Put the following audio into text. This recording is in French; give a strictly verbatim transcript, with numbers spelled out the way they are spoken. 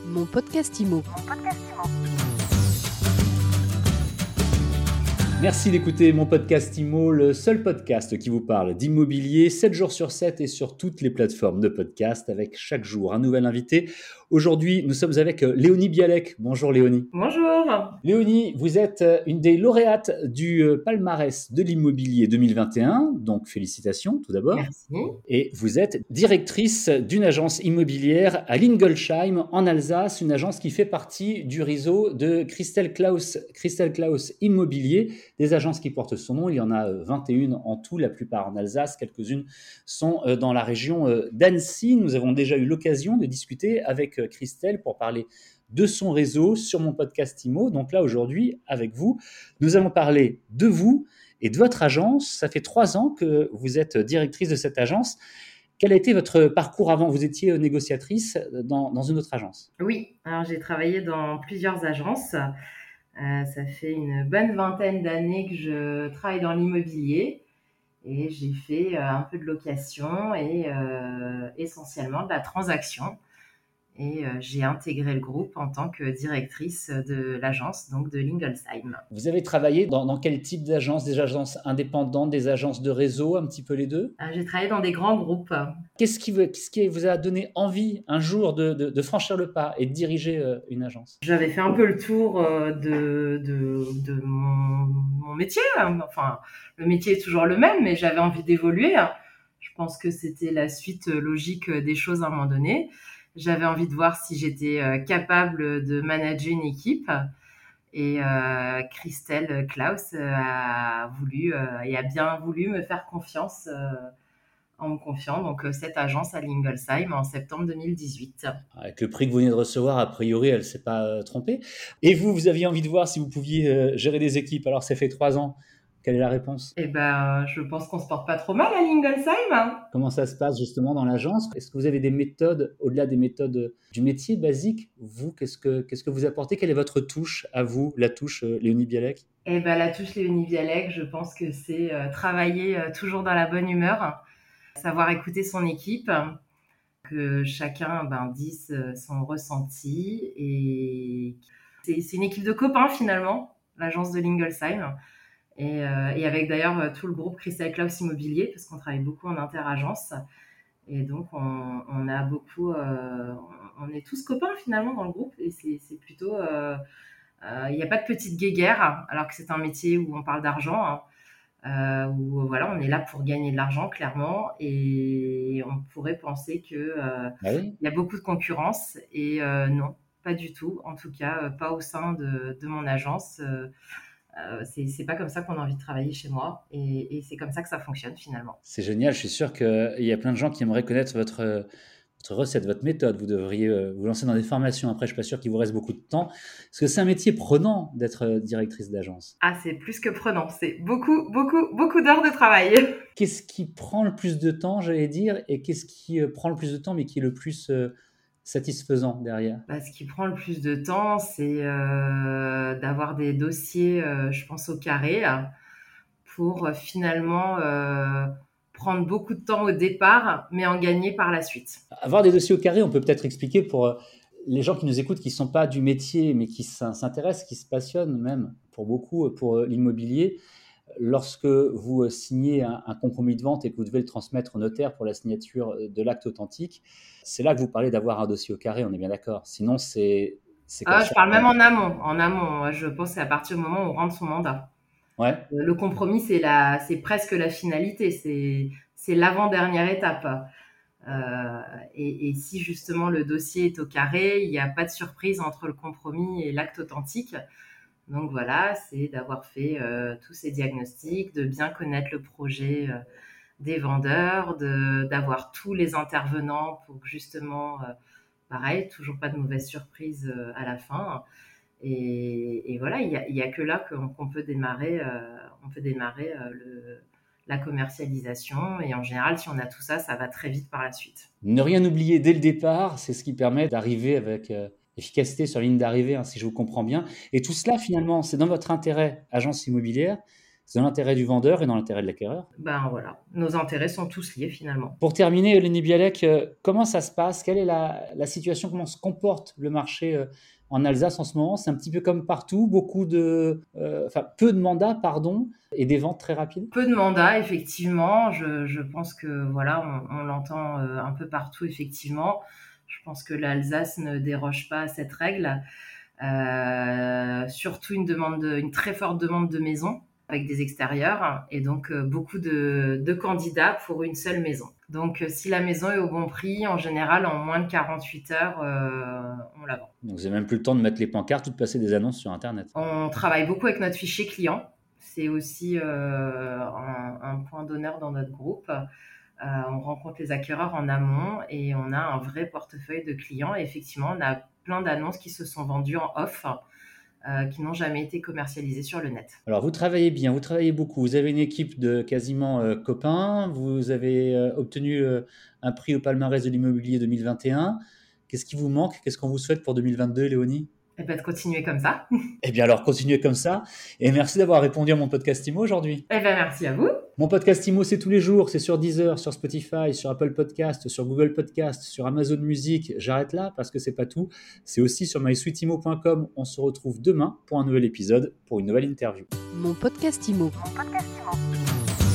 Mon podcast Imo. Merci d'écouter mon podcast Imo, le seul podcast qui vous parle d'immobilier sept jours sur sept et sur toutes les plateformes de podcast avec chaque jour un nouvel invité. Aujourd'hui, nous sommes avec Léonie Bialek. Bonjour Léonie. Bonjour. Léonie, vous êtes une des lauréates du palmarès de l'immobilier deux mille vingt et un, donc félicitations tout d'abord. Merci. Et vous êtes directrice d'une agence immobilière à Lingolsheim en Alsace, une agence qui fait partie du réseau de Christel Claus, Christel Claus Immobilier, des agences qui portent son nom. Il y en a vingt et une en tout, la plupart en Alsace, quelques-unes sont dans la région d'Annecy. Nous avons déjà eu l'occasion de discuter avec Christel pour parler de son réseau sur mon podcast Imo. Donc là, aujourd'hui, avec vous, nous allons parler de vous et de votre agence. Ça fait trois ans que vous êtes directrice de cette agence. Quel a été votre parcours avant ? Vous étiez négociatrice dans, dans une autre agence. Oui, alors j'ai travaillé dans plusieurs agences. Euh, ça fait une bonne vingtaine d'années que je travaille dans l'immobilier et j'ai fait euh, un peu de location et euh, essentiellement de la transaction. Et euh, j'ai intégré le groupe en tant que directrice de l'agence, donc de Lingolsheim. Vous avez travaillé dans, dans quel type d'agence ? Des agences indépendantes, des agences de réseau, un petit peu les deux ? euh, J'ai travaillé dans des grands groupes. Qu'est-ce qui, vous, qu'est-ce qui vous a donné envie un jour de, de, de franchir le pas et de diriger euh, une agence ? J'avais fait un peu le tour euh, de, de, de mon, mon métier. Enfin, le métier est toujours le même, mais j'avais envie d'évoluer. Je pense que c'était la suite logique des choses à un moment donné. J'avais envie de voir si j'étais euh, capable de manager une équipe. Et euh, Christel Claus euh, a voulu euh, et a bien voulu me faire confiance euh, en me confiant. Donc, euh, cette agence à Lingolsheim en septembre deux mille dix-huit. Avec le prix que vous venez de recevoir, a priori, elle ne s'est pas euh, trompée. Et vous, vous aviez envie de voir si vous pouviez euh, gérer des équipes. Alors, ça fait trois ans. Quelle est la réponse ? Eh ben, je pense qu'on se porte pas trop mal à Lingolsheim. Comment ça se passe justement dans l'agence ? Est-ce que vous avez des méthodes, au-delà des méthodes du métier basique ? Vous, qu'est-ce que, qu'est-ce que vous apportez ? Quelle est votre touche à vous, la touche euh, Léonie Bialek ? Eh ben, la touche Léonie Bialek, je pense que c'est euh, travailler euh, toujours dans la bonne humeur, savoir écouter son équipe, que chacun ben, dise son ressenti. Et c'est, c'est une équipe de copains finalement, l'agence de Lingolsheim. Et, euh, et avec d'ailleurs tout le groupe Christel Claus Immobilier, parce qu'on travaille beaucoup en interagence. Et donc, on, on a beaucoup... Euh, on est tous copains finalement dans le groupe. Et c'est, c'est plutôt... Il euh, n'y euh, a pas de petite guéguerre, alors que c'est un métier où on parle d'argent. Hein. Euh, où voilà, on est là pour gagner de l'argent clairement, et on pourrait penser que euh, Ah oui ? il y a beaucoup de concurrence, et euh, non, pas du tout. En tout cas, euh, pas au sein de, de mon agence. Euh, euh, c'est, c'est pas comme ça qu'on a envie de travailler chez moi, et, et c'est comme ça que ça fonctionne finalement. C'est génial. Je suis sûr qu'il y a plein de gens qui aimeraient connaître votre, votre recette, votre méthode. Vous devriez euh, vous lancer dans des formations. Après, je ne suis pas sûr qu'il vous reste beaucoup de temps. Parce que c'est un métier prenant d'être euh, directrice d'agence. Ah, c'est plus que prenant. C'est beaucoup, beaucoup, beaucoup d'heures de travail. Qu'est-ce qui prend le plus de temps, j'allais dire, et qu'est-ce qui euh, prend le plus de temps, mais qui est le plus euh, satisfaisant derrière ? Bah, ce qui prend le plus de temps, c'est euh, d'avoir des dossiers, euh, je pense, au carré, pour euh, finalement euh, prendre beaucoup de temps au départ, mais en gagner par la suite. Avoir des dossiers au carré, on peut peut-être expliquer pour euh, les gens qui nous écoutent, qui ne sont pas du métier, mais qui s'intéressent, qui se passionnent même, pour beaucoup, pour euh, l'immobilier. Lorsque vous signez un, un compromis de vente et que vous devez le transmettre au notaire pour la signature de l'acte authentique, c'est là que vous parlez d'avoir un dossier au carré, on est bien d'accord. Sinon, c'est... c'est Ah, comme je ça. parle même en amont. En amont, je pense que c'est à partir du moment où on rentre son mandat. Ouais. Le compromis, c'est, la, c'est presque la finalité, c'est, c'est l'avant-dernière étape. Euh, et, et si justement le dossier est au carré, il n'y a pas de surprise entre le compromis et l'acte authentique. Donc voilà, c'est d'avoir fait euh, tous ces diagnostics, de bien connaître le projet euh, des vendeurs, de, d'avoir tous les intervenants pour que justement, euh, pareil, toujours pas de mauvaise surprise euh, à la fin. Et, et voilà, il y a, il y a que là qu'on, qu'on peut démarrer, euh, on peut démarrer euh, le, la commercialisation. Et en général, si on a tout ça, ça va très vite par la suite. Ne rien oublier dès le départ, c'est ce qui permet d'arriver avec euh, efficacité sur la ligne d'arrivée, hein, si je vous comprends bien. Et tout cela, finalement, c'est dans votre intérêt, agence immobilière, C'est dans l'intérêt du vendeur et dans l'intérêt de l'acquéreur. Ben voilà, nos intérêts sont tous liés finalement. Pour terminer, Léonie Bialek, euh, comment ça se passe? Quelle est la, la situation? Comment se comporte le marché euh, en Alsace en ce moment? C'est un petit peu comme partout, beaucoup de, euh, enfin peu de mandats, pardon, et des ventes très rapides? Peu de mandats, effectivement. Je, je pense que voilà, on, on l'entend euh, un peu partout, effectivement. Je pense que l'Alsace ne déroge pas à cette règle. Euh, surtout une demande, de, une très forte demande de maisons avec des extérieurs et donc euh, beaucoup de, de candidats pour une seule maison. Donc euh, si la maison est au bon prix, en général, en moins de quarante-huit heures, euh, on la vend. Donc vous n'avez même plus le temps de mettre les pancartes ou de passer des annonces sur Internet. On travaille beaucoup avec notre fichier client. C'est aussi euh, un, un point d'honneur dans notre groupe. Euh, on rencontre les acquéreurs en amont et on a un vrai portefeuille de clients. Et effectivement, on a plein d'annonces qui se sont vendues en off, euh, qui n'ont jamais été commercialisées sur le net. Alors, vous travaillez bien, vous travaillez beaucoup. Vous avez une équipe de quasiment euh, copains. Vous avez euh, obtenu euh, un prix au palmarès de l'immobilier deux mille vingt et un. Qu'est-ce qui vous manque? Qu'est-ce qu'on vous souhaite pour deux mille vingt-deux, Léonie? Et bien, de continuer comme ça. Eh bien, alors, continuez comme ça. Et merci d'avoir répondu à mon podcast Imo aujourd'hui. Eh bien, merci à vous. Mon podcast Imo, c'est tous les jours. C'est sur Deezer, sur Spotify, sur Apple Podcast, sur Google Podcast, sur Amazon Music. J'arrête là parce que c'est pas tout. C'est aussi sur my sweet imo point com. On se retrouve demain pour un nouvel épisode, pour une nouvelle interview. Mon podcast Imo. Mon podcast Imo.